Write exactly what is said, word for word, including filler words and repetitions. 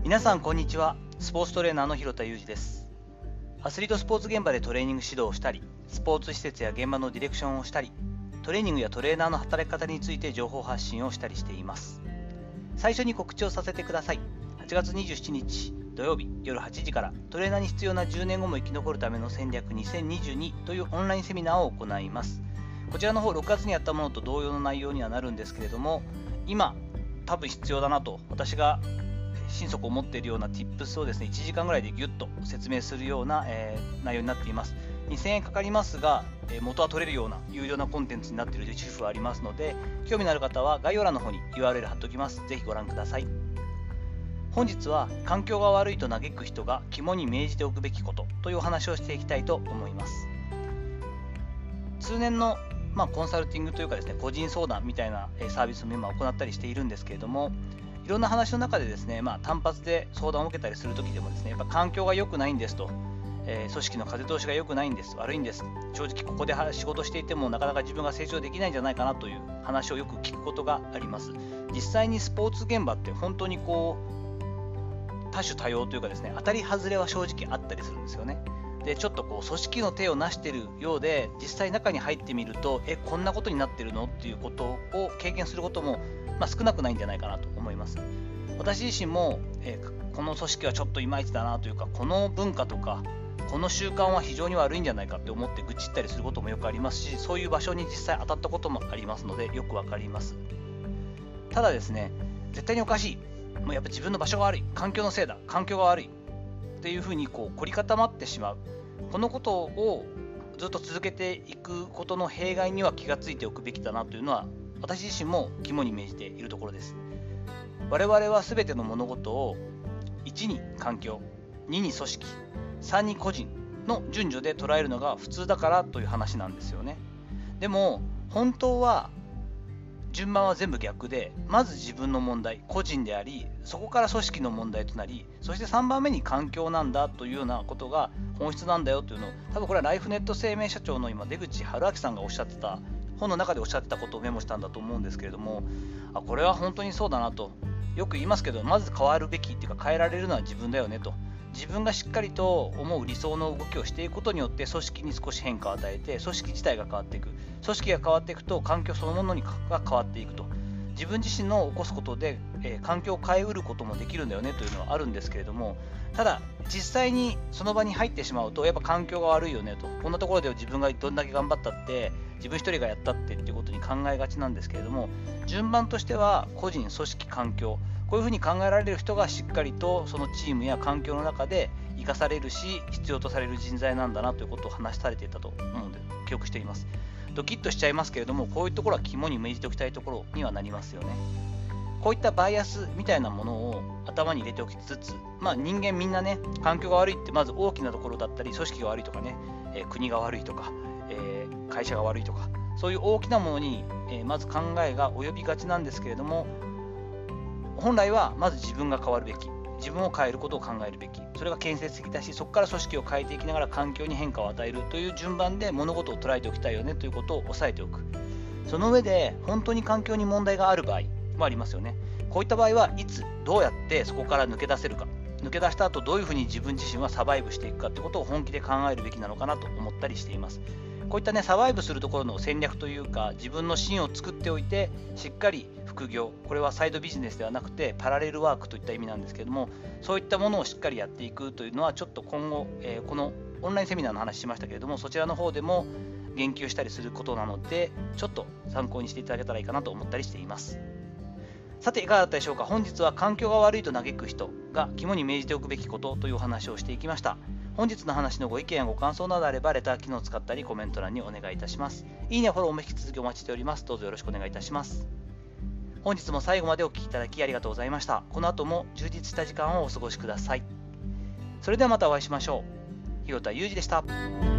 皆さんこんにちは。スポーツトレーナーの広田裕二です。アスリートスポーツ現場でトレーニング指導をしたり、スポーツ施設や現場のディレクションをしたり、トレーニングやトレーナーの働き方について情報発信をしたりしています。最初に告知をさせてください。はちがつにじゅうしちにち土曜日夜はちじからトレーナーに必要なじゅうねんごも生き残るための戦略にせんにじゅうにというオンラインセミナーを行います。こちらの方ろくがつにやったものと同様の内容にはなるんですけれども、今多分必要だなと私が心底思っているような Tips をですねいちじかんぐらいでギュッと説明するような、えー、内容になっています。にせんえんかかりますが、えー、元は取れるような有料なコンテンツになっている主婦はありますので、興味のある方は概要欄の方に ユーアールエル 貼っておきます。ぜひご覧ください。本日は環境が悪いと嘆く人が肝に銘じておくべきことというお話をしていきたいと思います。通年の、まあ、コンサルティングというかですね個人相談みたいなサービスも今行ったりしているんですけれども、いろんな話の中でですね、まあ、単発で相談を受けたりするときでもですね、やっぱ環境が良くないんですと、えー、組織の風通しが良くないんです、悪いんです、正直ここで仕事していてもなかなか自分が成長できないんじゃないかなという話をよく聞くことがあります。実際にスポーツ現場って本当にこう多種多様というかですね、当たり外れは正直あったりするんですよね。でちょっとこう組織の手をなしているようで、実際中に入ってみるとえこんなことになってるのっていうことを経験することも、まあ、少なくないんじゃないかなと思います。私自身も、えー、この組織はちょっといまいちだなというか、この文化とかこの習慣は非常に悪いんじゃないかって思って愚痴ったりすることもよくありますし、そういう場所に実際当たったこともありますのでよくわかります。ただですね、絶対におかしい、もうやっぱ自分の場所が悪い、環境のせいだ、環境が悪いっていうふうにこう凝り固まってしまう、このことをずっと続けていくことの弊害には気がついておくべきだなというのは私自身も肝に銘じているところです。我々は全ての物事をいちに環境、にに組織、さんに個人の順序で捉えるのが普通だからという話なんですよね。でも本当は順番は全部逆で、まず自分の問題、個人であり、そこから組織の問題となり、そしてさんばんめに環境なんだというようなことが本質なんだよというのを、多分これはライフネット生命社長の今出口春明さんがおっしゃってた本の中でおっしゃってたことをメモしたんだと思うんですけれども、あこれは本当にそうだなと。よく言いますけど、まず変わるべきっていうか変えられるのは自分だよねと。自分がしっかりと思う理想の動きをしていくことによって組織に少し変化を与えて、組織自体が変わっていく、組織が変わっていくと環境そのものが変わっていくと、自分自身の起こすことで、えー、環境を変えうることもできるんだよねというのはあるんですけれども、ただ実際にその場に入ってしまうとやっぱ環境が悪いよねと、こんなところで自分がどんだけ頑張ったって自分一人がやったってっていうことに考えがちなんですけれども、順番としては個人、組織、環境、こういうふうに考えられる人がしっかりとそのチームや環境の中で生かされるし必要とされる人材なんだなということを話されていたと思うので記憶しています。ドキッとしちゃいますけれども、こういうところは肝に銘じておきたいところにはなりますよね。こういったバイアスみたいなものを頭に入れておきつつ、まあ、人間みんなね、環境が悪いってまず大きなところだったり、組織が悪いとかね、えー、国が悪いとか、えー、会社が悪いとか、そういう大きなものに、えー、まず考えが及びがちなんですけれども、本来はまず自分が変わるべき、自分を変えることを考えるべき、それが建設的だし、そこから組織を変えていきながら環境に変化を与えるという順番で物事を捉えておきたいよねということを押さえておく。その上で本当に環境に問題がある場合もありますよね。こういった場合はいつどうやってそこから抜け出せるか、抜け出した後どういうふうに自分自身はサバイブしていくかということを本気で考えるべきなのかなと思ったりしています。こういったねサバイブするところの戦略というか、自分の芯を作っておいてしっかり副業、これはサイドビジネスではなくてパラレルワークといった意味なんですけれども、そういったものをしっかりやっていくというのはちょっと今後、えー、このオンラインセミナーの話しましたけれども、そちらの方でも言及したりすることなので、ちょっと参考にしていただけたらいいかなと思ったりしています。さていかがだったでしょうか。本日は環境が悪いと嘆く人が肝に銘じておくべきことというお話をしていきました。本日の話のご意見やご感想などあればレター機能を使ったりコメント欄にお願いいたします。いいね、フォローも引き続きお待ちしております。どうぞよろしくお願いいたします。本日も最後までお聞きいただきありがとうございました。この後も充実した時間をお過ごしください。それではまたお会いしましょう。広田裕二でした。